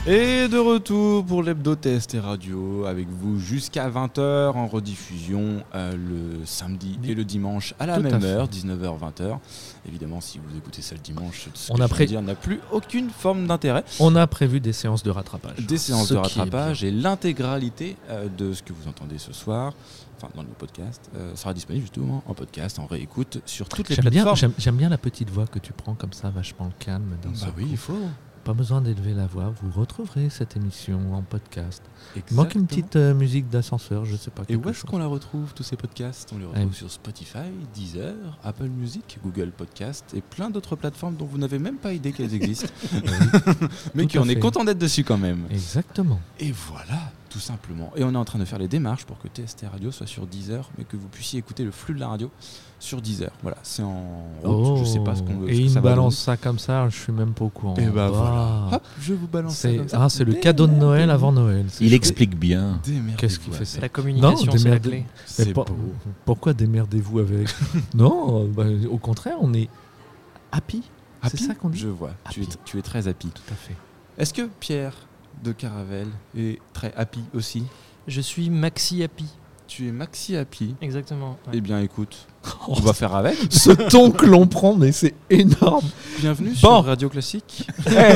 Et de retour pour l'hebdo TST Radio avec vous jusqu'à 20h en rediffusion le samedi et le dimanche à la même heure, 19h-20h. Évidemment, si vous écoutez ça le dimanche, ce que je veux dire n'a plus aucune forme d'intérêt. On a prévu des séances de rattrapage. Des séances de rattrapage et l'intégralité de ce que vous entendez ce soir, enfin dans le podcast, sera disponible justement en podcast, en réécoute sur toutes les plateformes. J'aime bien la petite voix que tu prends comme ça, vachement calme. Oui, il faut. Pas besoin d'élever la voix, vous retrouverez cette émission en podcast. Exactement. Il manque une petite musique d'ascenseur, je sais pas. Et où est-ce qu'on la retrouve, tous ces podcasts ? On les retrouve sur Spotify, Deezer, Apple Music, Google Podcast et plein d'autres plateformes dont vous n'avez même pas idée qu'elles existent. Mais on est content d'être dessus quand même. Exactement. Et voilà, tout simplement. Et on est en train de faire les démarches pour que TST Radio soit sur Deezer, mais que vous puissiez écouter le flux de la radio sur Deezer. Voilà, c'est en route, je sais pas ce qu'on veut. Et il me balance ça comme ça, je suis même pas au courant. Et bah voilà, hop, je vous balance ça comme ça. C'est le cadeau de Noël avant Noël. Il explique bien. Qu'est-ce qu'il fait ça ? La communication, c'est la clé. Pourquoi démerdez-vous avec ? Non, au contraire, on est happy. C'est ça qu'on dit. Je vois, tu es très happy. Tout à fait. Est-ce que Pierre de Caravelle est très happy aussi ? Je suis maxi happy. Tu es maxi happy. Exactement. Ouais. Eh bien écoute, on va faire avec. Ce ton que l'on prend, mais c'est énorme. Bienvenue sur Radio Classique.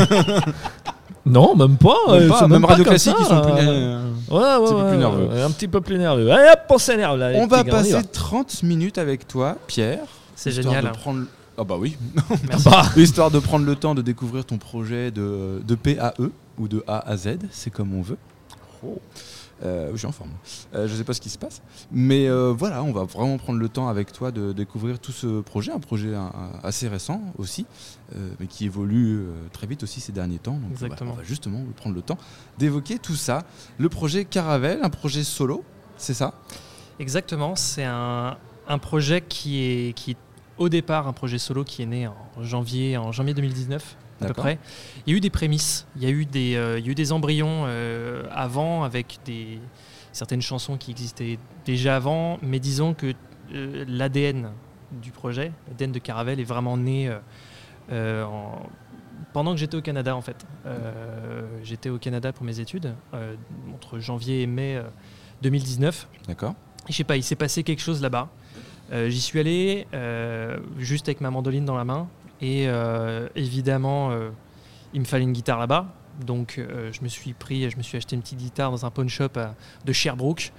Non, même pas. Même Radio Classique, ils sont plus nerveux. Un petit peu plus nerveux. Allez hop, on s'énerve là. On va passer 30 minutes avec toi, Pierre. C'est génial. Ah bah oui. Merci. Histoire de prendre le temps de découvrir ton projet de P à E ou de A à Z, c'est comme on veut. Je suis en forme. Je sais pas ce qui se passe, mais voilà, on va vraiment prendre le temps avec toi de découvrir tout ce projet, un projet assez récent aussi, mais qui évolue très vite aussi ces derniers temps. Donc exactement. On va justement prendre le temps d'évoquer tout ça. Le projet Caravelle, un projet solo, c'est ça ? Exactement, c'est un projet qui est au départ un projet solo qui est né en janvier 2019. À peu près. Il y a eu des prémices, il y a eu des embryons avant avec certaines chansons qui existaient déjà avant, mais disons que l'ADN du projet, l'ADN de Caravelle est vraiment né pendant que j'étais au Canada en fait. J'étais au Canada pour mes études entre janvier et mai 2019. D'accord. Et je sais pas, il s'est passé quelque chose là-bas. J'y suis allé juste avec ma mandoline dans la main. Et évidemment, il me fallait une guitare là-bas. Donc je me suis acheté une petite guitare dans un pawn shop de Sherbrooke.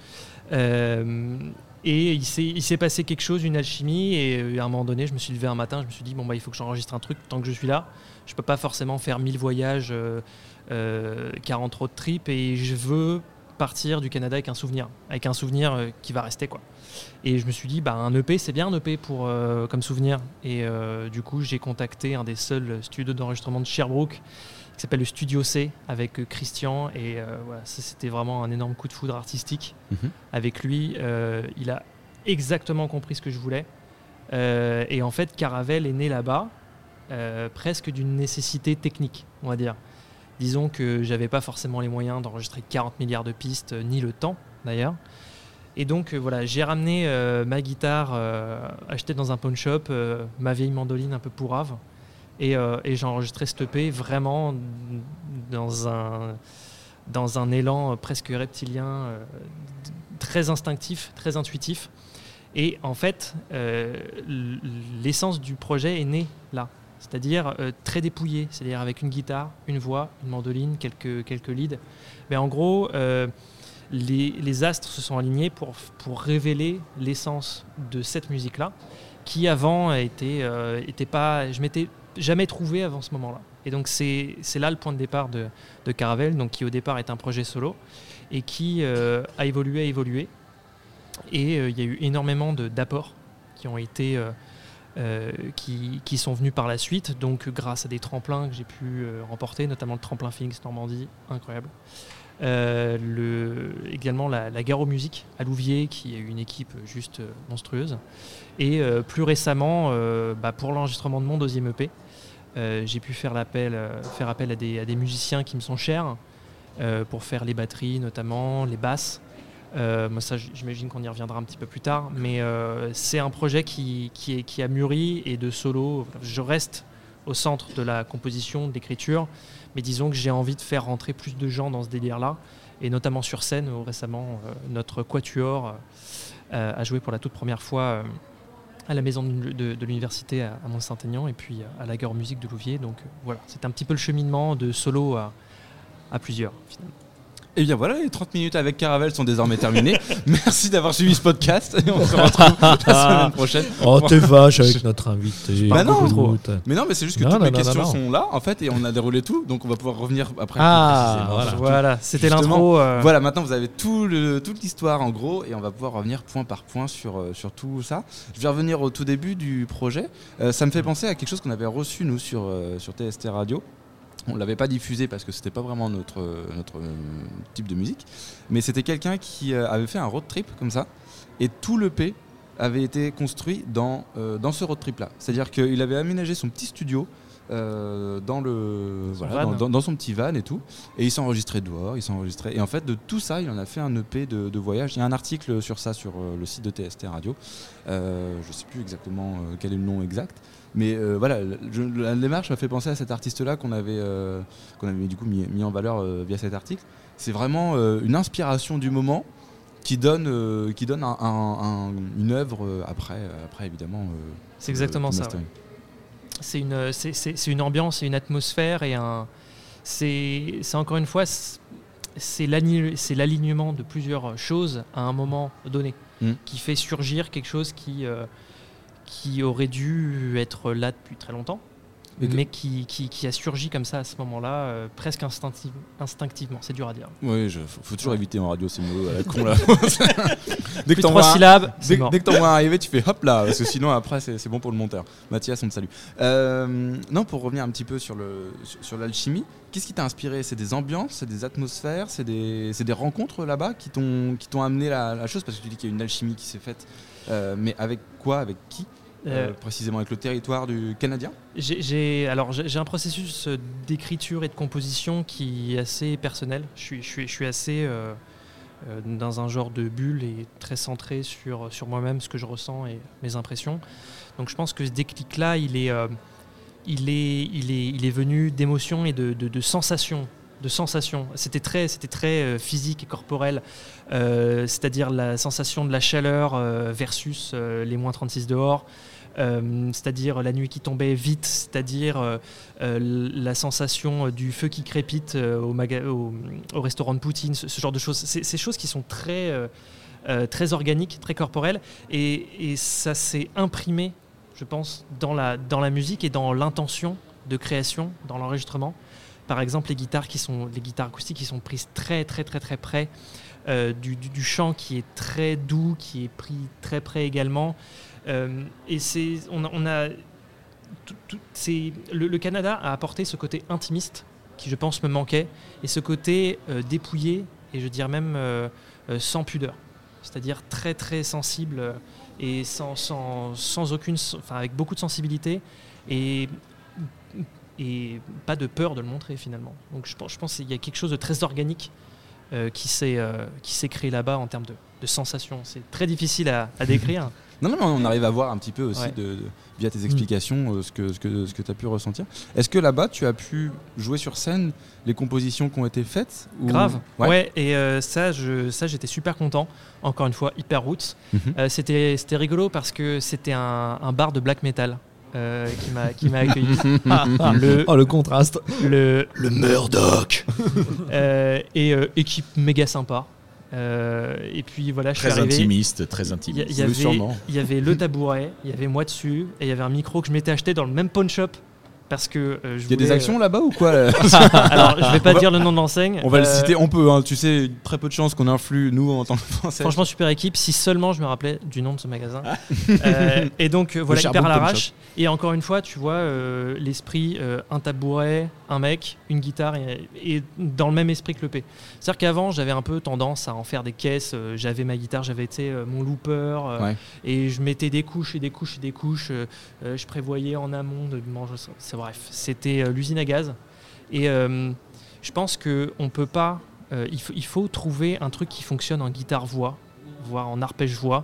Et il s'est passé quelque chose, une alchimie. Et à un moment donné, je me suis levé un matin, je me suis dit, il faut que j'enregistre un truc tant que je suis là. Je ne peux pas forcément faire 1000 voyages, 40 road trips. Et je veux partir du Canada avec un souvenir qui va rester, quoi. Et je me suis dit, un EP, c'est bien un EP comme souvenir. Et du coup, j'ai contacté un des seuls studios d'enregistrement de Sherbrooke qui s'appelle le Studio C avec Christian. Et voilà, ça, c'était vraiment un énorme coup de foudre artistique. Avec lui, il a exactement compris ce que je voulais. Et en fait, Caravelle est né là-bas presque d'une nécessité technique, on va dire. Disons que j'avais pas forcément les moyens d'enregistrer 40 milliards de pistes, ni le temps d'ailleurs. Et donc voilà, j'ai ramené ma guitare achetée dans un pawn shop, ma vieille mandoline un peu pourrave, et j'ai enregistré cet EP vraiment dans un élan presque reptilien, très instinctif, très intuitif. Et en fait, l'essence du projet est née là. C'est-à-dire très dépouillé, c'est-à-dire avec une guitare, une voix, une mandoline, quelques leads. Mais en gros, les astres se sont alignés pour révéler l'essence de cette musique-là, qui avant était pas, je m'étais jamais trouvé avant ce moment-là. Et donc c'est là le point de départ de Caravelle, donc qui au départ est un projet solo et qui a évolué. Et il y a eu énormément d'apports qui ont été qui sont venus par la suite, donc grâce à des tremplins que j'ai pu remporter, notamment le tremplin Phoenix Normandie, incroyable. Également la Garo Musique à Louviers, qui est une équipe juste monstrueuse. Et plus récemment, pour l'enregistrement de mon deuxième EP, j'ai pu faire appel à des musiciens qui me sont chers pour faire les batteries notamment, les basses. Moi, ça, j'imagine qu'on y reviendra un petit peu plus tard, mais c'est un projet qui a mûri, et de solo, je reste au centre de la composition, de l'écriture, mais disons que j'ai envie de faire rentrer plus de gens dans ce délire-là, et notamment sur scène, où récemment notre quatuor a joué pour la toute première fois à la maison de l'université à Mont-Saint-Aignan, et puis à la Gare Musique de Louviers. Donc voilà, c'est un petit peu le cheminement de solo à plusieurs, finalement. Et bien voilà, les 30 minutes avec Caravelle sont désormais terminées. Merci d'avoir suivi ce podcast et on se retrouve la semaine prochaine. Oh, t'es vache avec notre invité. Bah non. Trop. Mais non, mais c'est juste que toutes les questions sont là en fait et on a déroulé tout, donc on va pouvoir revenir après. Voilà, c'était justement, l'intro. Voilà, maintenant vous avez toute l'histoire en gros et on va pouvoir revenir point par point sur tout ça. Je vais revenir au tout début du projet. Ça me fait penser à quelque chose qu'on avait reçu nous sur TST Radio. On ne l'avait pas diffusé parce que c'était pas vraiment notre type de musique, mais c'était quelqu'un qui avait fait un road trip comme ça, et tout l'EP avait été construit dans ce road trip là. C'est-à-dire qu'il avait aménagé son petit studio dans son petit van et tout, et il s'enregistrait dehors, et en fait de tout ça il en a fait un EP de voyage. Il y a un article sur ça sur le site de TST Radio. Je sais plus exactement quel est le nom exact. Mais voilà, la démarche m'a fait penser à cet artiste-là qu'on avait du coup mis en valeur via cet article. C'est vraiment une inspiration du moment qui donne une œuvre après évidemment. C'est exactement ça. Ouais. C'est une ambiance, c'est une atmosphère et c'est encore une fois c'est l'alignement de plusieurs choses à un moment donné qui fait surgir quelque chose qui aurait dû être là depuis très longtemps, mais qui a surgi comme ça à ce moment-là, presque instinctivement. C'est dur à dire. Oui, faut toujours éviter en radio ces mots à la con là. Dès que t'en vois 3 syllabes, dès que t'en vois arriver, tu fais hop là, parce que sinon après c'est bon pour le monteur. Mathias, on te salue. Non, pour revenir un petit peu sur l'alchimie, qu'est-ce qui t'a inspiré ? C'est des ambiances, c'est des atmosphères, c'est des rencontres là-bas qui t'ont amené la chose, parce que tu dis qu'il y a une alchimie qui s'est faite, mais avec quoi, avec qui ? Précisément avec le territoire du Canadien ? J'ai un processus d'écriture et de composition qui est assez personnel. Je suis assez dans un genre de bulle et très centré sur moi-même, ce que je ressens et mes impressions. Donc je pense que ce déclic-là, il est venu d'émotions et de sensations. C'était très physique et corporel, c'est-à-dire la sensation de la chaleur versus les moins 36 dehors, c'est-à-dire la nuit qui tombait vite, c'est-à-dire la sensation du feu qui crépite au restaurant de Poutine, ce genre de choses. Ces choses qui sont très organiques, très corporelles, et ça s'est imprimé, je pense, dans la musique et dans l'intention de création, dans l'enregistrement. Par exemple, les guitares acoustiques qui sont prises très très très très près du chant qui est très doux, qui est pris très près également. Et le Canada a apporté ce côté intimiste qui, je pense, me manquait, et ce côté dépouillé, et je dirais même sans pudeur, c'est-à-dire très très sensible et sans aucune, enfin avec beaucoup de sensibilité et pas de peur de le montrer finalement. Donc je pense qu'il y a quelque chose de très organique qui s'est créé là-bas en termes de sensations. C'est très difficile à décrire. Non, mais on arrive à voir un petit peu aussi via tes explications ce que tu as pu ressentir. Est-ce que là-bas tu as pu jouer sur scène les compositions qui ont été faites ou... Grave, ouais, et ça j'étais super content. Encore une fois, hyper roots. C'était rigolo parce que c'était un bar de black metal. Qui m'a accueilli. Le contraste. Le Murdoch. Et équipe méga sympa. Et puis voilà, je suis arrivé. Très intimiste. Il y avait le tabouret, il y avait moi dessus, et il y avait un micro que je m'étais acheté dans le même pawn shop. Parce que il y a des actions là-bas ou quoi Alors, je vais pas dire le nom de l'enseigne. On va le citer, on peut. Hein, tu sais, très peu de chances qu'on influe, nous, en tant que Français. Franchement, super équipe. Si seulement je me rappelais du nom de ce magasin. Et donc, voilà, hyper à l'arrache. Et encore une fois, tu vois, l'esprit, un tabouret, un mec, une guitare, et dans le même esprit que le P. C'est-à-dire qu'avant, j'avais un peu tendance à en faire des caisses. J'avais ma guitare, j'avais mon looper, et je mettais des couches et des couches et des couches. Je prévoyais en amont de manger ça. Bref, c'était l'usine à gaz. Et je pense qu'on peut pas... il faut trouver un truc qui fonctionne en guitare-voix, voire en arpège-voix,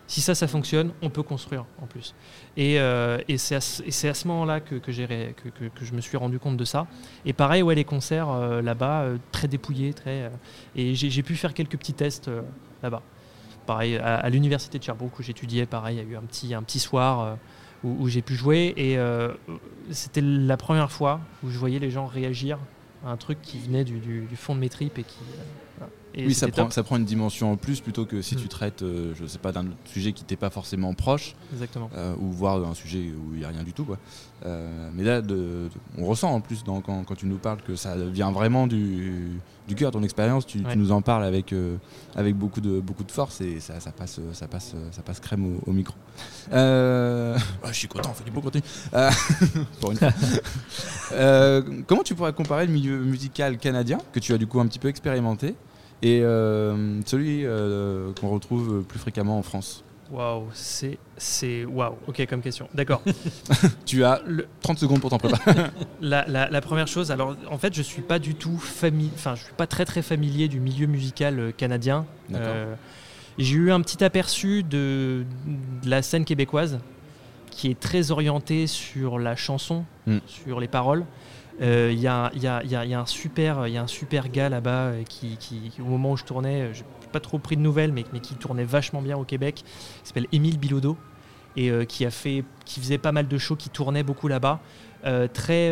Si ça fonctionne, on peut construire en plus. Et c'est à ce moment-là que je me suis rendu compte de ça. Et pareil, les concerts là-bas, très dépouillés, et j'ai pu faire quelques petits tests là-bas. Pareil, à l'université de Sherbrooke où j'étudiais, pareil, il y a eu un petit soir où j'ai pu jouer. Et c'était la première fois où je voyais les gens réagir à un truc qui venait du fond de mes tripes et qui... Et oui, ça prend une dimension en plus plutôt que si tu traites, je sais pas, d'un autre sujet qui t'est pas forcément proche. Exactement. Ou voire un sujet où il n'y a rien du tout, quoi. Mais là, on ressent en plus quand tu nous parles que ça vient vraiment du cœur, ton expérience. Tu nous en parles avec beaucoup de force et ça passe crème au micro. Je suis content, on fait du beau contenu. Pour une fois. Comment tu pourrais comparer le milieu musical canadien que tu as du coup un petit peu expérimenté et celui qu'on retrouve plus fréquemment en France? Waouh, c'est waouh. Ok, comme question. D'accord. Tu as 30 secondes pour t'en préparer. La première chose, alors en fait, je suis pas du tout je suis pas très familier du milieu musical canadien. J'ai eu un petit aperçu de la scène québécoise qui est très orientée sur la chanson, sur les paroles. Il y a un super gars là-bas qui au moment où je tournais, j'ai pas trop pris de nouvelles, mais qui tournait vachement bien au Québec, qui s'appelle Émile Bilodeau et qui faisait pas mal de shows, qui tournait beaucoup là-bas. En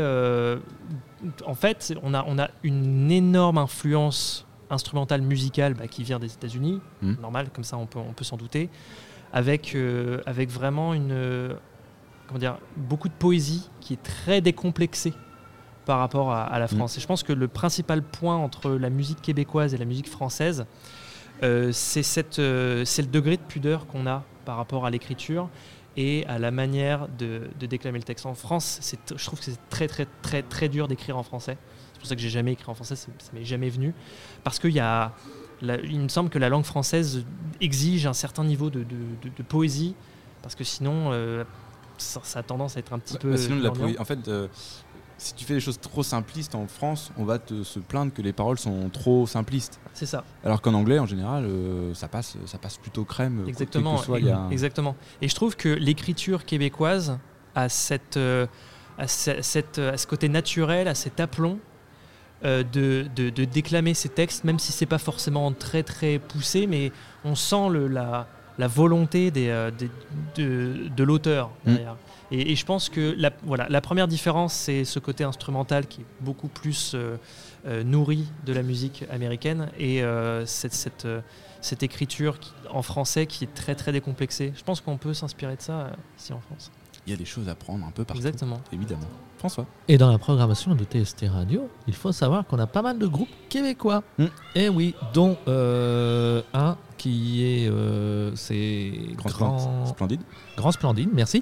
fait, on a une énorme influence instrumentale musicale qui vient des États-Unis, normal, comme ça on peut s'en douter, avec vraiment beaucoup de poésie qui est très décomplexée par rapport à la France. Et je pense que le principal point entre la musique québécoise et la musique française, c'est le degré de pudeur qu'on a par rapport à l'écriture et à la manière de déclamer le texte. En France, je trouve que c'est très, très, très, très dur d'écrire en français. C'est pour ça que j'ai jamais écrit en français, ça m'est jamais venu. Parce qu'il me semble que la langue française exige un certain niveau de poésie, parce que sinon, ça a tendance à être un petit peu... Sinon, en fait... si tu fais des choses trop simplistes en France, on va se plaindre que les paroles sont trop simplistes. C'est ça. Alors qu'en anglais, en général, ça passe plutôt crème. Exactement. Exactement. Et je trouve que l'écriture québécoise a ce côté naturel, a cet aplomb de déclamer ses textes, même si c'est pas forcément très très poussé, mais on sent la volonté de l'auteur derrière. Et je pense que la première différence, c'est ce côté instrumental qui est beaucoup plus nourri de la musique américaine et cette écriture en français qui est très très décomplexée. Je pense qu'on peut s'inspirer de ça ici en France. Il y a des choses à prendre un peu partout. Exactement. Évidemment. François. Et dans la programmation de TST Radio, il faut savoir qu'on a pas mal de groupes québécois. Et oui, dont un qui est c'est Splendide. Grand Splendide, merci.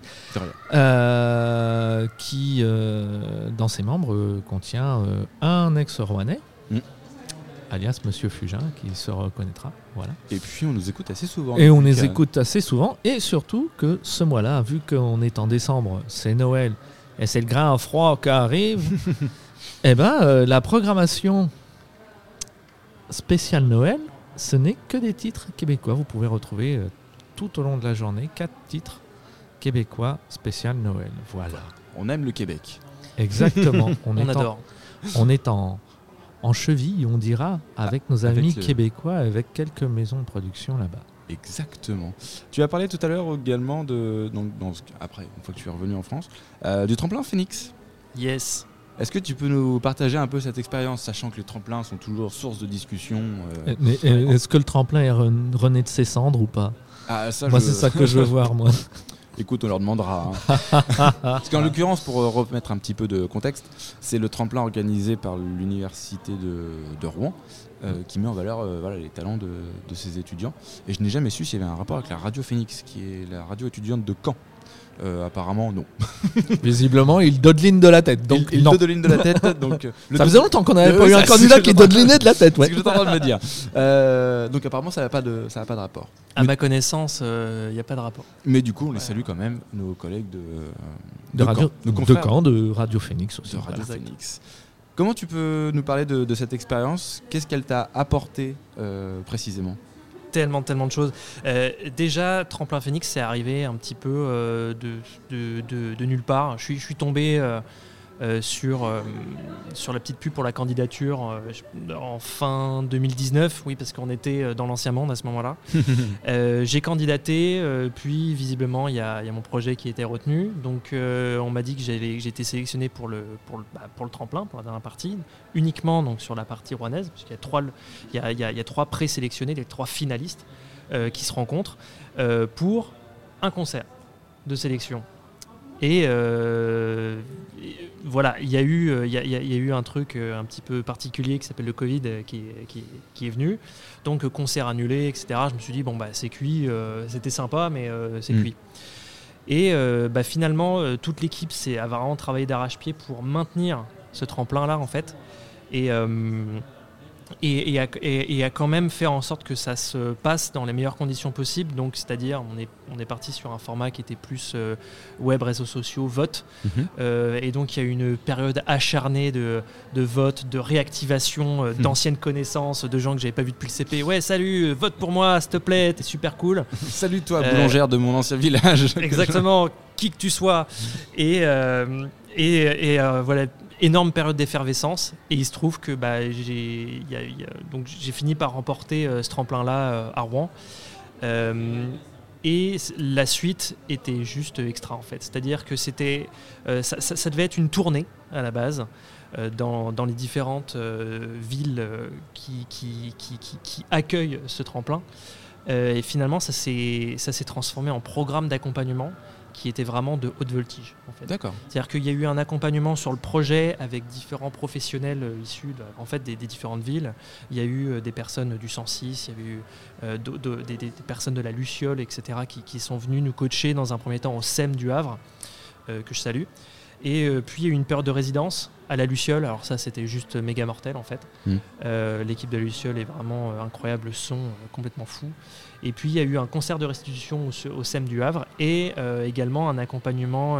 Qui dans ses membres contient un ex-rouennais, alias Monsieur Fugin, qui se reconnaîtra. Voilà. Et puis on nous écoute assez souvent. Et on les écoute assez souvent, et surtout que ce mois-là, vu qu'on est en décembre, c'est Noël, et c'est le grand froid qui arrive, et la programmation spéciale Noël, ce n'est que des titres québécois. Vous pouvez retrouver tout au long de la journée 4 titres québécois spécial Noël. Voilà. On aime le Québec. Exactement. On adore. On est en cheville, on dira, avec nos amis québécois, avec quelques maisons de production là-bas. Exactement. Tu as parlé tout à l'heure également après, une fois que tu es revenu en France, du tremplin Phoenix. Yes. Est-ce que tu peux nous partager un peu cette expérience, sachant que les tremplins sont toujours source de discussion Mais est-ce que le tremplin est rené de ses cendres ou pas ? Moi, c'est ça que je veux voir, moi. Écoute, on leur demandera. Parce qu'en l'occurrence, pour remettre un petit peu de contexte, c'est le tremplin organisé par l'université de Rouen qui met en valeur les talents de ses étudiants. Et je n'ai jamais su s'il y avait un rapport avec la Radio Phoenix, qui est la radio étudiante de Caen. Apparemment, non. Visiblement, il dodeline de la tête. Donc, il dodeline de la tête. Donc, ça faisait longtemps qu'on n'avait pas eu un candidat qui dodelinait de la tête. Ouais. C'est ce que j'étais en train de me dire. Donc, apparemment, ça n'a pas de rapport. À ma connaissance, il n'y a pas de rapport. Mais du coup, on les salue quand même, nos collègues de Radio, confrères, de Radio Phoenix aussi. De Radio Phoenix. Comment tu peux nous parler de cette expérience ? Qu'est-ce qu'elle t'a apporté précisément ? tellement de choses. Déjà, Tremplin Phoenix, c'est arrivé un petit peu de nulle part. Je suis tombé sur la petite pub pour la candidature en fin 2019, oui, parce qu'on était dans l'ancien monde à ce moment-là. J'ai candidaté, puis visiblement il y a mon projet qui était retenu. Donc on m'a dit que j'étais sélectionné pour le tremplin, pour la dernière partie, uniquement donc sur la partie rouennaise, parce qu'il y a 3 présélectionnés, les 3 finalistes qui se rencontrent pour un concert de sélection. Et voilà, il y a eu un truc un petit peu particulier qui s'appelle le Covid qui est venu. Donc concert annulé, etc. Je me suis dit, bon, bah, c'est cuit, c'était sympa, mais c'est cuit. Et finalement, toute l'équipe a vraiment travaillé d'arrache-pied pour maintenir ce tremplin-là, en fait. Et a quand même fait en sorte que ça se passe dans les meilleures conditions possibles. Donc, c'est-à-dire, on est parti sur un format qui était plus web, réseaux sociaux, vote. Et donc, il y a eu une période acharnée de vote, de réactivation d'anciennes connaissances, de gens que j'avais pas vus depuis le CP. Ouais, salut, vote pour moi, s'il te plaît, t'es super cool. Salut toi, boulangère de mon ancien village. Exactement, qui que tu sois. Et voilà. Énorme période d'effervescence, et il se trouve que donc j'ai fini par remporter ce tremplin-là à Rouen. Et la suite était juste extra, en fait. C'est-à-dire que c'était, ça devait être une tournée à la base dans les différentes villes qui accueillent ce tremplin. Et finalement, ça s'est transformé en programme d'accompagnement qui était vraiment de haute voltige, en fait. D'accord. C'est-à-dire qu'il y a eu un accompagnement sur le projet avec différents professionnels issus des différentes villes. Il y a eu des personnes du 106, il y avait eu des personnes de la Luciole, etc., qui sont venues nous coacher dans un premier temps au SEM du Havre, que je salue. Et puis il y a eu une période de résidence à la Luciole. Alors ça, c'était juste méga mortel, en fait. L'équipe de la Luciole est vraiment incroyable, le son complètement fou. Et puis il y a eu un concert de restitution au SEM du Havre et également un accompagnement,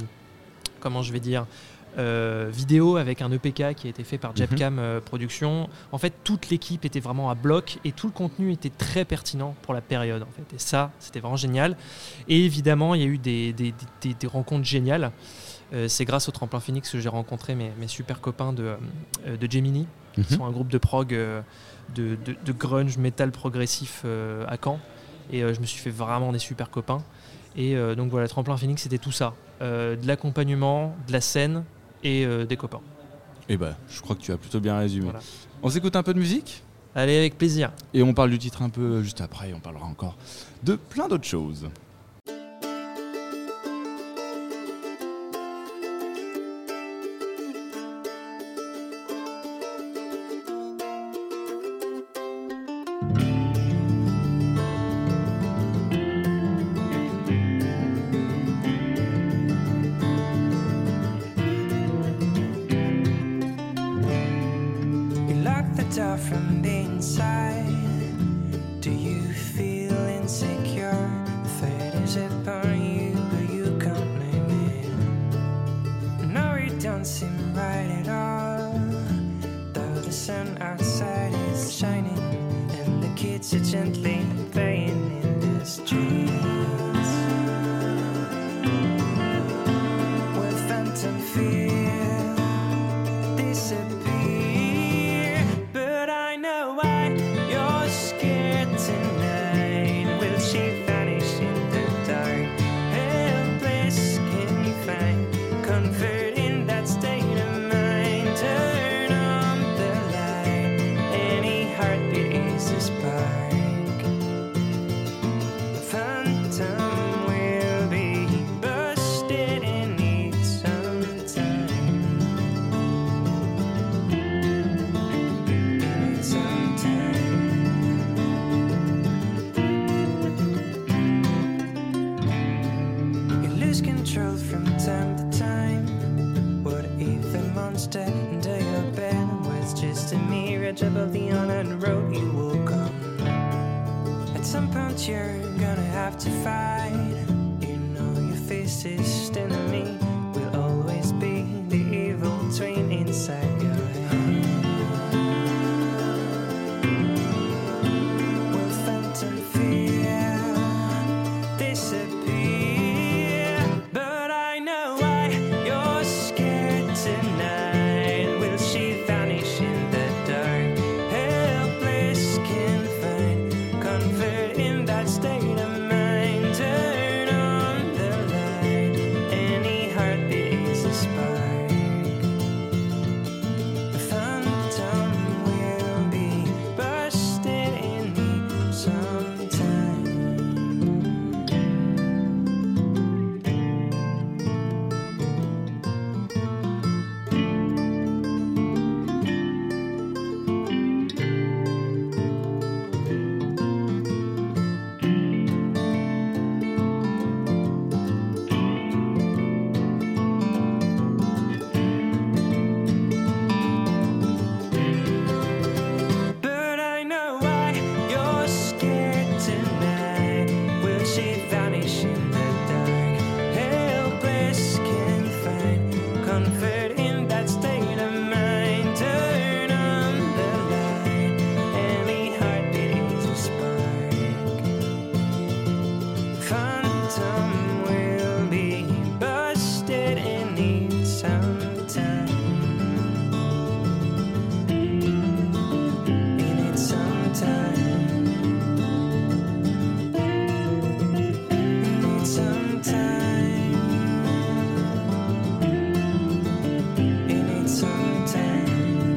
vidéo avec un EPK qui a été fait par Jepcam Productions. En fait, toute l'équipe était vraiment à bloc et tout le contenu était très pertinent pour la période, en fait. Et ça, c'était vraiment génial. Et évidemment, il y a eu des rencontres géniales. C'est grâce au Tremplin Phoenix que j'ai rencontré mes super copains de Gemini, qui sont un groupe de prog de grunge metal progressif à Caen. Et je me suis fait vraiment des super copains. Et donc voilà, Tremplin Phoenix, c'était tout ça. De l'accompagnement, de la scène et des copains. Et je crois que tu as plutôt bien résumé. Voilà. On s'écoute un peu de musique ? Allez, avec plaisir. Et on parle du titre un peu juste après, on parlera encore de plein d'autres choses. From the inside, do you feel insecure? The threat is upon you, but you can't name it. No, it don't seem right at all. Though the sun outside is shining, and the kids are gently playing in the streets. With phantom fear disappear. Above the unearned road you will come. At some point you're gonna have to fight. You know your fiercest enemy will always be the evil twin inside your head. Will phantom disappear. But I know why you're scared tonight. Will she vanish in the dark? Helpless can find comfort in that state of mind. Turn on the light. Any heartbeat is a spark. The phantom will be busted in me sometime. But I know why you're scared tonight. Will she vanish in the dark? Helpless can find comfort in that state of mind. Turn on the light. Any heartbeat is a spark. Phantom will be busted in need sometime. In it sometime. In it sometime. In it sometime.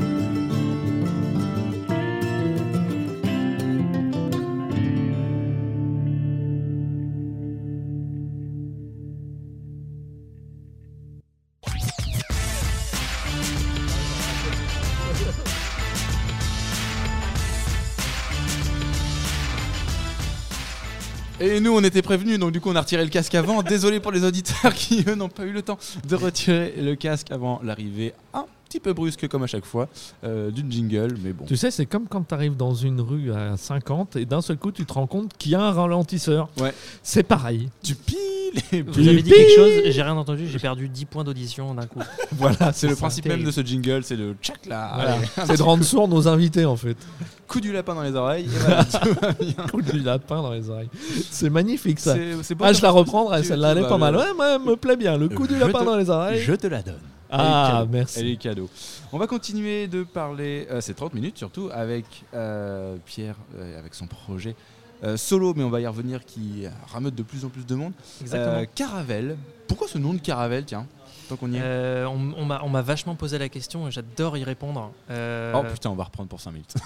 Et nous, on était prévenus, donc du coup, on a retiré le casque avant. Désolé pour les auditeurs qui, eux, n'ont pas eu le temps de retirer le casque avant l'arrivée un petit peu brusque, comme à chaque fois, d'une jingle, mais bon. Tu sais, c'est comme quand tu arrives dans une rue à 50 et d'un seul coup, tu te rends compte qu'il y a un ralentisseur. Ouais. C'est pareil. Tu piles et Vous avez dit quelque chose, j'ai rien entendu, j'ai perdu 10 points d'audition d'un coup. Voilà, c'est le Ça, principe terrible. même de ce jingle, c'est le tchac là. Voilà. Allez, C'est de rendre sourds nos invités, en fait. coup du lapin dans les oreilles, et voilà, tout va bien. Coup du lapin dans les oreilles. C'est magnifique, ça. C'est beau Ah, je comme la reprendrai, tu- celle-là, elle est bah, pas mal. le- Ouais, moi, elle me plaît bien. Le coup du Je lapin te- dans les oreilles. Je te la donne. Ah, Elle est cadeau. merci. Elle est cadeau. On va continuer de parler, ces 30 minutes surtout, avec Pierre, avec son projet solo, mais on va y revenir, qui rameute de plus en plus de monde. Exactement. Caravelle. Pourquoi ce nom de Caravelle, tiens, tant qu'on y est On m'a vachement posé la question et j'adore y répondre. Oh putain, on va reprendre pour 5 minutes.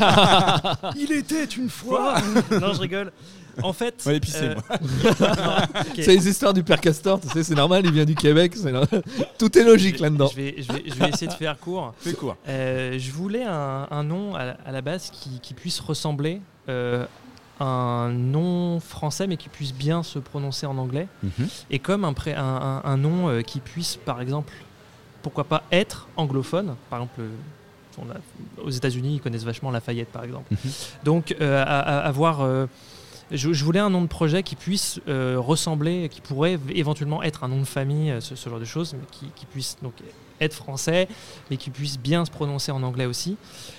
Il était une fois. Non, je rigole. En fait. Ouais, et puis c'est moi. non, ok. C'est les histoires du père Castor, tu sais, c'est normal, il vient du Québec. Tout est logique là-dedans. Je vais essayer de faire court. Fais quoi Je voulais un nom à la base qui puisse ressembler à un nom français mais qui puisse bien se prononcer en anglais. Et comme un nom qui puisse, par exemple, pourquoi pas être anglophone. Par exemple, aux États-Unis, ils connaissent vachement Lafayette, par exemple. Donc, avoir. Je voulais un nom de projet qui puisse ressembler, qui pourrait éventuellement être un nom de famille, ce genre de choses, mais qui puisse donc être français, mais qui puisse bien se prononcer en anglais aussi.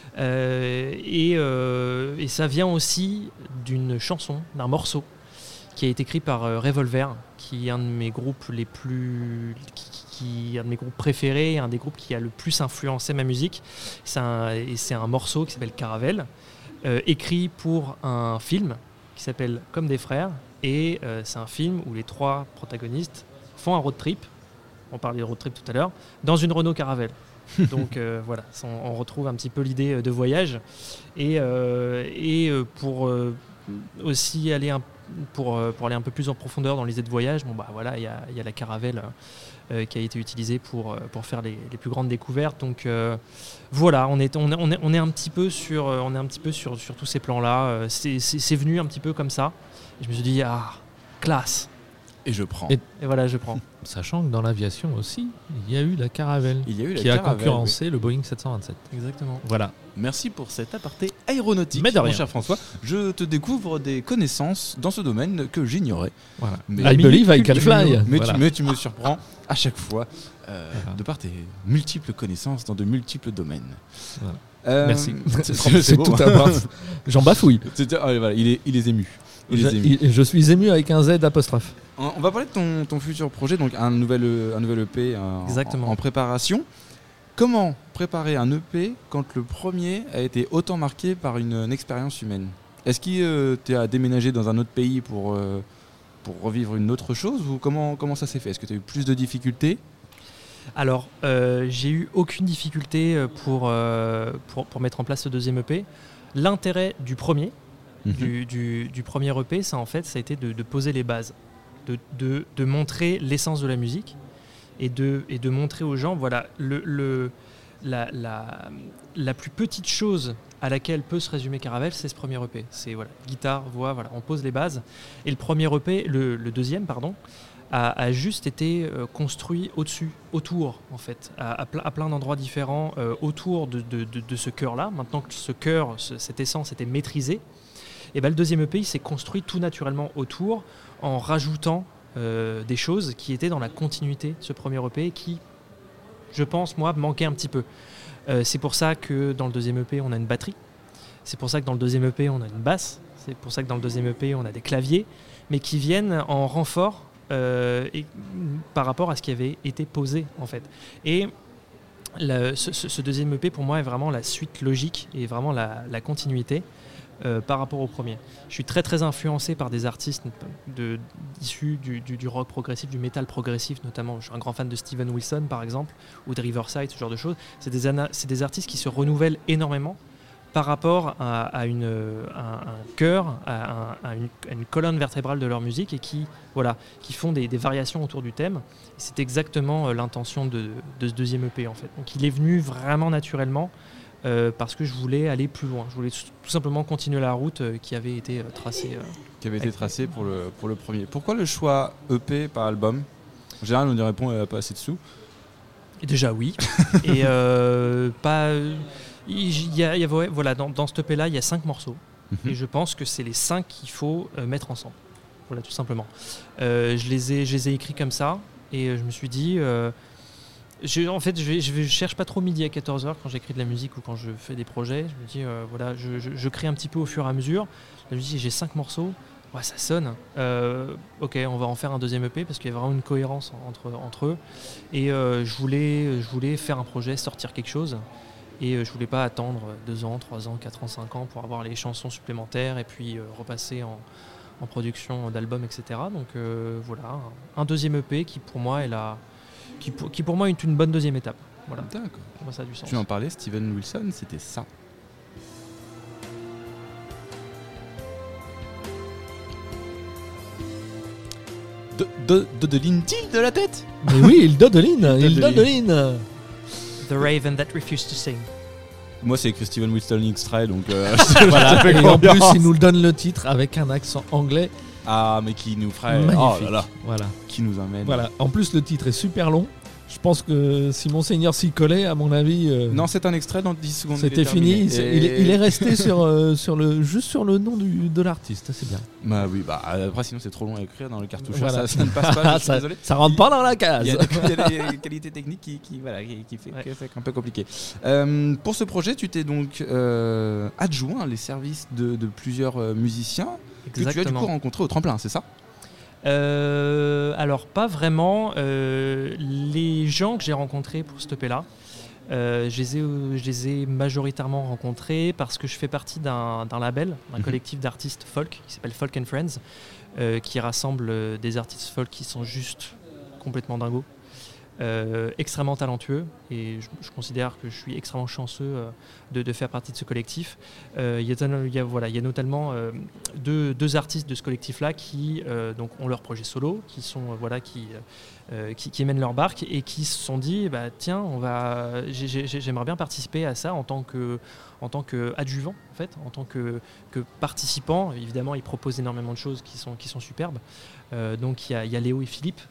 Et ça vient aussi d'une chanson, d'un morceau qui a été écrit par Revolver, qui est un de mes groupes les plus, qui est un de mes groupes préférés, un des groupes qui a le plus influencé ma musique. C'est un morceau qui s'appelle Caravelle, écrit pour un film qui s'appelle Comme des frères, et c'est un film où les trois protagonistes font un road trip. On parlait de road trip tout à l'heure, dans une Renault Caravelle. Donc voilà, on retrouve un petit peu l'idée de voyage. Et pour aussi aller pour aller un peu plus en profondeur dans l'idée de voyage, bon bah voilà, il y a la Caravelle qui a été utilisée pour faire les plus grandes découvertes. Donc voilà, on est un petit peu sur tous ces plans-là. C'est venu un petit peu comme ça. Et je me suis dit classe. Et je prends. Et- Et voilà, je prends. Sachant que dans l'aviation aussi, il y a eu la Caravelle Il y a eu la qui a Caravelle, concurrencé le Boeing 727. Exactement. Voilà. Merci pour cet aparté aéronautique, Mais de mon rien. cher François. Je te découvre des connaissances dans ce domaine que j'ignorais. Voilà. Mais- I believe I can fly. Mais, Voilà. tu me surprends à chaque fois de par tes multiples connaissances dans de multiples domaines. Voilà. Merci. C'est beau, tout hein. à part. J'en bafouille. Voilà, il est ému. Je suis ému avec un Z apostrophe. On va parler de ton futur projet, donc un nouvel EP Exactement. en préparation. Comment préparer un EP quand le premier a été autant marqué par une expérience humaine ? Est-ce que tu as déménagé dans un autre pays pour revivre une autre chose, ou comment ça s'est fait ? Est-ce que tu as eu plus de difficultés ? Alors, j'ai eu aucune difficulté pour mettre en place ce deuxième EP. L'intérêt du premier, du premier EP, ça a été de poser les bases, de montrer l'essence de la musique et de montrer aux gens, voilà, la plus petite chose à laquelle peut se résumer Caravelle, c'est ce premier EP. C'est voilà, guitare, voix, voilà, on pose les bases. Et le premier EP, le deuxième, pardon, a juste été construit autour, en fait, à plein d'endroits différents, autour de ce chœur-là. Maintenant que ce chœur, cette essence était maîtrisée, et le deuxième EP, il s'est construit tout naturellement autour, en rajoutant des choses qui étaient dans la continuité de ce premier EP, qui, je pense, moi, manquait un petit peu. C'est pour ça que dans le deuxième EP, on a une batterie. C'est pour ça que dans le deuxième EP, on a une basse. C'est pour ça que dans le deuxième EP, on a des claviers, mais qui viennent en renfort et par rapport à ce qui avait été posé, en fait. Et ce deuxième EP, pour moi, est vraiment la suite logique et vraiment la continuité par rapport au premier. Je suis très très influencé par des artistes issus du rock progressif, du métal progressif notamment. Je suis un grand fan de Steven Wilson par exemple, ou de Riverside, ce genre de choses. C'est des artistes qui se renouvellent énormément par rapport à un cœur, à une colonne vertébrale de leur musique, et qui font des variations autour du thème. Et c'est exactement l'intention de ce deuxième EP en fait. Donc il est venu vraiment naturellement. Parce que je voulais aller plus loin. Je voulais tout simplement continuer la route qui avait été tracée. Pour le premier. Pourquoi le choix EP par album ? En général, on y répond pas assez de sous. Et déjà oui. Et pas. Voilà, dans ce EP là, il y a 5 morceaux. Et je pense que c'est les 5 qu'il faut mettre ensemble. Voilà, tout simplement. Je les ai écrits comme ça, et je me suis dit. Je cherche pas trop midi à 14h quand j'écris de la musique ou quand je fais des projets. Je me dis, je crée un petit peu au fur et à mesure. Je me dis, j'ai 5 morceaux, ouais, ça sonne. Ok, on va en faire un deuxième EP parce qu'il y a vraiment une cohérence entre eux. Et je voulais faire un projet, sortir quelque chose. Et je voulais pas attendre 2 ans, 3 ans, 4 ans, 5 ans pour avoir les chansons supplémentaires et puis repasser en production d'albums, etc. Donc voilà, un deuxième EP qui pour moi est qui pour moi est une bonne deuxième étape. Voilà. D'accord. Pour moi, ça a du sens. Tu en parlais, Steven Wilson, c'était ça. Dodeline de la tête. Mais oui, il dodeline. The Raven That Refused to Sing. Moi, c'est écrit Steven Wilson extrait, donc voilà. Et en plus, il nous donne le titre avec un accent anglais. Ah, mais qui nous ferait... magnifique. Oh là là. Voilà. Qui nous amène... Voilà. En plus, le titre est super long. Je pense que si Monseigneur s'y collait, à mon avis... Non, c'est un extrait dans 10 secondes. C'était fini. Il est resté juste sur le nom de l'artiste. C'est bien. Bah oui, après sinon c'est trop long à écrire dans le cartouche. Voilà. Ça ne passe pas, je suis désolé. Ça rentre pas dans la case. Il y a des qualités techniques qui fait un peu compliqué. Pour ce projet, tu t'es donc adjoint les services de plusieurs musiciens. Exactement. Que tu as du coup rencontré au tremplin, c'est ça ? Alors pas vraiment. Les gens que j'ai rencontrés pour ce EP-là, je les ai majoritairement rencontrés parce que je fais partie d'un label, d'un collectif d'artistes folk qui s'appelle Folk and Friends, qui rassemble des artistes folk qui sont juste complètement dingos, extrêmement talentueux, et je considère que je suis extrêmement chanceux de faire partie de ce collectif. Il y a notamment deux artistes de ce collectif-là qui donc ont leur projet solo, qui sont qui mènent leur barque et qui se sont dit tiens, j'aimerais bien participer à ça en tant que adjuvant, en fait, en tant que participant. Évidemment, ils proposent énormément de choses qui sont superbes. Donc il y a Léo et Philippe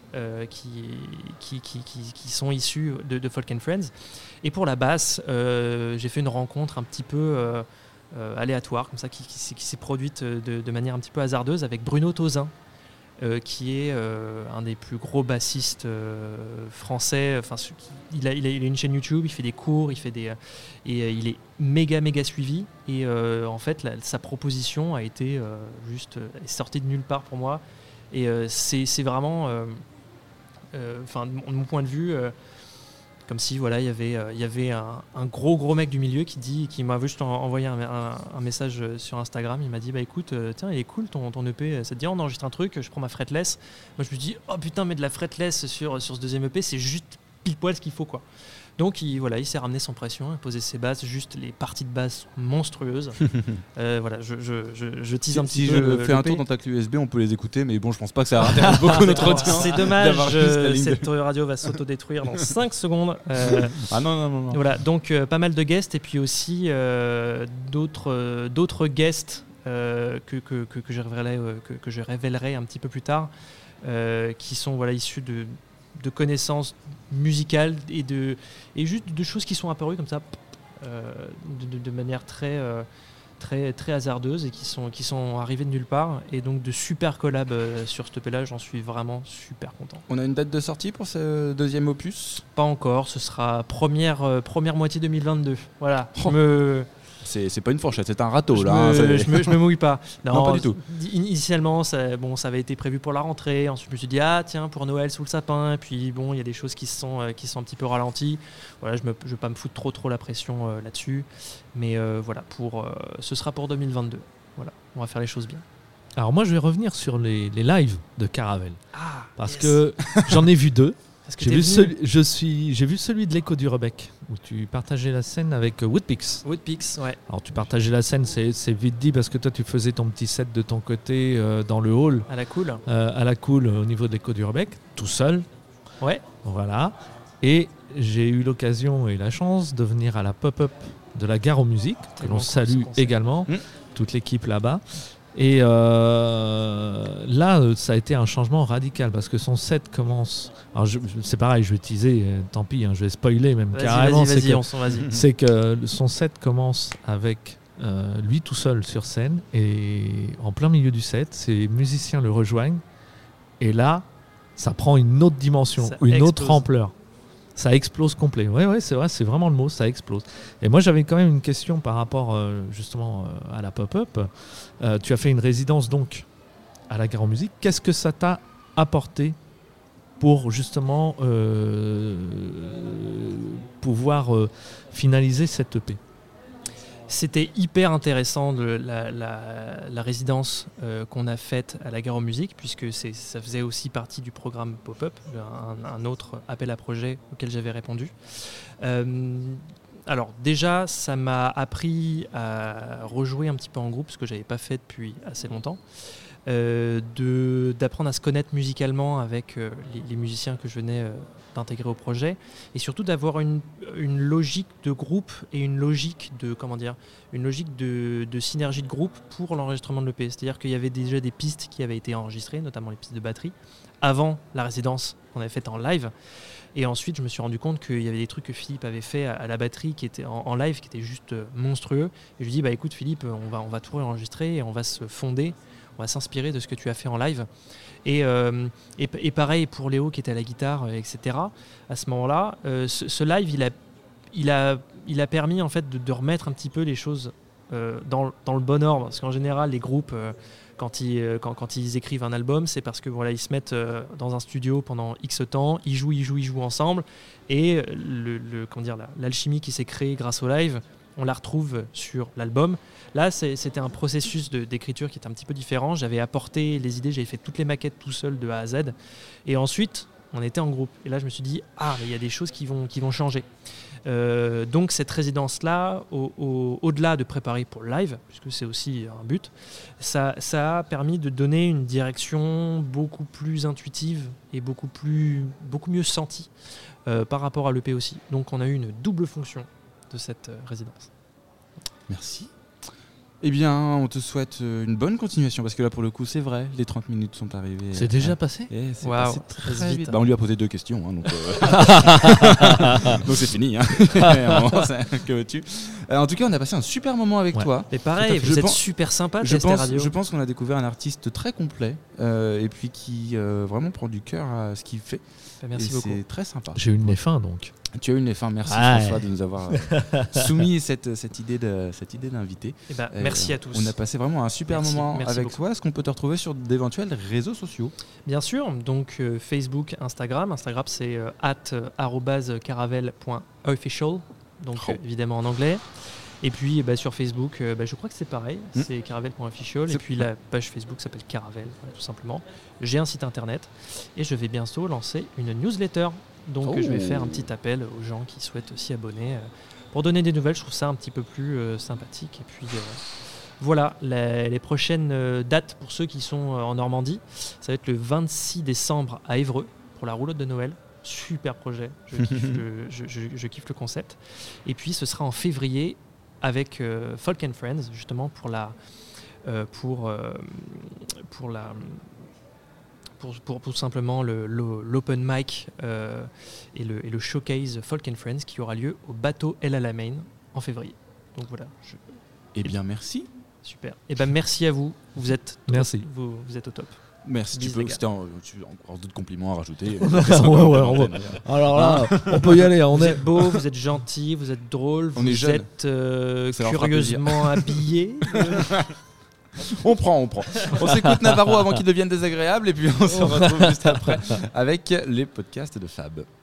qui sont issus de Folk and Friends. Et pour la basse, j'ai fait une rencontre un petit peu aléatoire, comme ça, qui s'est produite de manière un petit peu hasardeuse avec Bruno Tauzin, qui est un des plus gros bassistes français. Enfin, il a une chaîne YouTube, il fait des cours, et il est méga suivi. Et en fait, sa proposition a été est sortie de nulle part pour moi. Et c'est vraiment, de mon point de vue, comme si voilà, il y avait un gros mec du milieu qui m'a juste envoyé un message sur Instagram. Il m'a dit écoute, tiens, il est cool ton EP, ça te dit on enregistre un truc, je prends ma fretless. Moi je me dis oh putain, mais de la fretless sur ce deuxième EP, c'est juste pile poil ce qu'il faut quoi. Donc il s'est ramené sans pression, il a posé ses basses, juste les parties de basse sont monstrueuses. Voilà, je tease un petit peu. Si je fais un tour dans ta clé USB, on peut les écouter, mais bon, je pense pas que ça intéresse beaucoup notre audience. C'est dommage, cette radio va s'autodétruire dans 5 secondes. Ah non. Voilà, donc pas mal de guests et puis aussi d'autres guests que je révélerai un petit peu plus tard, qui sont issus de connaissances musicales et juste de choses qui sont apparues comme ça de manière très hasardeuse et qui sont arrivées de nulle part, et donc de super collabs sur ce EP là, j'en suis vraiment super content. On a une date de sortie pour ce deuxième opus? Pas encore, ce sera première moitié 2022. Voilà. C'est pas une fourchette, c'est un râteau je là. me mouille pas. Non, pas du tout. Initialement, ça avait été prévu pour la rentrée. Ensuite, je me suis dit tiens, pour Noël sous le sapin. Et puis bon, il y a des choses qui sont un petit peu ralenties. Voilà, je vais pas me foutre trop la pression là-dessus. Mais voilà, ce sera pour 2022. Voilà, on va faire les choses bien. Alors moi, je vais revenir sur les lives de Caravelle. Parce que j'en ai vu 2. J'ai vu celui de l'Écho du Rebec, où tu partageais la scène avec Woodpix. Woodpix, ouais. Alors tu partageais la scène, c'est vite dit, parce que toi tu faisais ton petit set de ton côté dans le hall. À la cool. À la cool, au niveau de l'Écho du Rebec, tout seul. Ouais. Voilà. Et j'ai eu l'occasion et la chance de venir à la pop-up de la Gare aux Musiques, que l'on salue également, toute l'équipe là-bas. Et là, ça a été un changement radical parce que son set commence. Alors, c'est pareil, je vais teaser, tant pis, je vais spoiler même carrément. Vas-y. C'est que son set commence avec lui tout seul sur scène, et en plein milieu du set, ses musiciens le rejoignent. Et là, ça prend une autre dimension, autre ampleur. Ça explose complet. Ouais, c'est vrai, c'est vraiment le mot, ça explose. Et moi, j'avais quand même une question par rapport justement à la pop-up. Tu as fait une résidence donc à la Gare aux Musiques. Qu'est-ce que ça t'a apporté pour justement pouvoir finaliser cette EP? C'était hyper intéressant la résidence qu'on a faite à la Gare aux Musiques, puisque ça faisait aussi partie du programme Pop-Up, un autre appel à projet auquel j'avais répondu. Alors déjà, ça m'a appris à rejouer un petit peu en groupe, ce que je n'avais pas fait depuis assez longtemps. D'apprendre à se connaître musicalement avec les musiciens que je venais d'intégrer au projet, et surtout d'avoir une logique de groupe et une logique de synergie de groupe pour l'enregistrement de l'EP. C'est-à-dire qu'il y avait déjà des pistes qui avaient été enregistrées, notamment les pistes de batterie, avant la résidence qu'on avait faite en live. Et ensuite, je me suis rendu compte qu'il y avait des trucs que Philippe avait fait à la batterie qui étaient en live, qui étaient juste monstrueux. Et je lui ai dit, écoute Philippe, on va tout enregistrer et on va se fonder, on va s'inspirer de ce que tu as fait en live. Et pareil pour Léo qui était à la guitare, etc. À ce moment-là, ce live, il a permis en fait de remettre un petit peu les choses dans le bon ordre. Parce qu'en général, les groupes, quand ils écrivent un album, c'est parce que ils se mettent dans un studio pendant X temps, ils jouent ensemble, et l'alchimie qui s'est créée grâce au live, on la retrouve sur l'album. Là, c'était un processus d'écriture qui était un petit peu différent. J'avais apporté les idées, j'avais fait toutes les maquettes tout seul de A à Z. Et ensuite, on était en groupe. Et là, je me suis dit, mais il y a des choses qui vont changer. Donc, cette résidence-là, au-delà de préparer pour le live, puisque c'est aussi un but, ça a permis de donner une direction beaucoup plus intuitive et beaucoup mieux sentie par rapport à l'EP aussi. Donc, on a eu une double fonction de cette résidence. Merci. Eh bien, on te souhaite une bonne continuation parce que là, pour le coup, c'est vrai, les 30 minutes sont arrivées. C'est déjà passé ? Et c'est Waouh, passé très très vite. vite. Bah, on lui a posé 2 questions, hein, donc donc c'est fini. Hein. Que veux-tu ? En tout cas, on a passé un super moment avec Ouais. toi. Et pareil, Je vous êtes pense- super sympa, Je TST Radio. pense qu'on a découvert un artiste très complet et puis qui vraiment prend du cœur à ce qu'il fait. Merci Et beaucoup. C'est très sympa. J'ai eu le nez fin donc. Tu as eu une fin. Merci Ouais. François de nous avoir soumis cette idée d'invité. Eh ben, Et, merci à tous. On a passé vraiment un super Merci, moment merci avec beaucoup. toi. Est-ce qu'on peut te retrouver sur d'éventuels réseaux sociaux ? Bien sûr, donc Facebook, Instagram. Instagram, c'est @caravel.official, donc Oh. évidemment en anglais. Et puis sur Facebook, je crois que c'est pareil, Mm. c'est caravel.official. Et C'est- puis la page Facebook s'appelle Caravel, voilà, tout simplement. J'ai un site internet et je vais bientôt lancer une newsletter. Donc Oh. je vais faire un petit appel aux gens qui souhaitent s'y abonner pour donner des nouvelles. Je trouve ça un petit peu plus sympathique. Et puis voilà, les prochaines dates pour ceux qui sont en Normandie, ça va être le 26 décembre à Évreux pour la roulotte de Noël. Super projet, je kiffe le concept. Et puis ce sera en février avec Folk and Friends, justement pour tout simplement l'open mic et le showcase Folk and Friends qui aura lieu au bateau El Alamein en février. Donc voilà, Eh bien, merci. super. Et ben merci à vous, vous êtes Merci. vous êtes au top. Merci. Bis, Tu les peux, gars. c'était encore d'autres compliments à rajouter. Alors là, on peut y aller. Vous êtes beau, vous êtes gentil, vous êtes drôle, On est vous jeune. êtes Ça leur fera curieusement habillé. On prend. On s'écoute Navarro avant qu'il devienne désagréable et puis on se retrouve juste après avec les podcasts de Fab.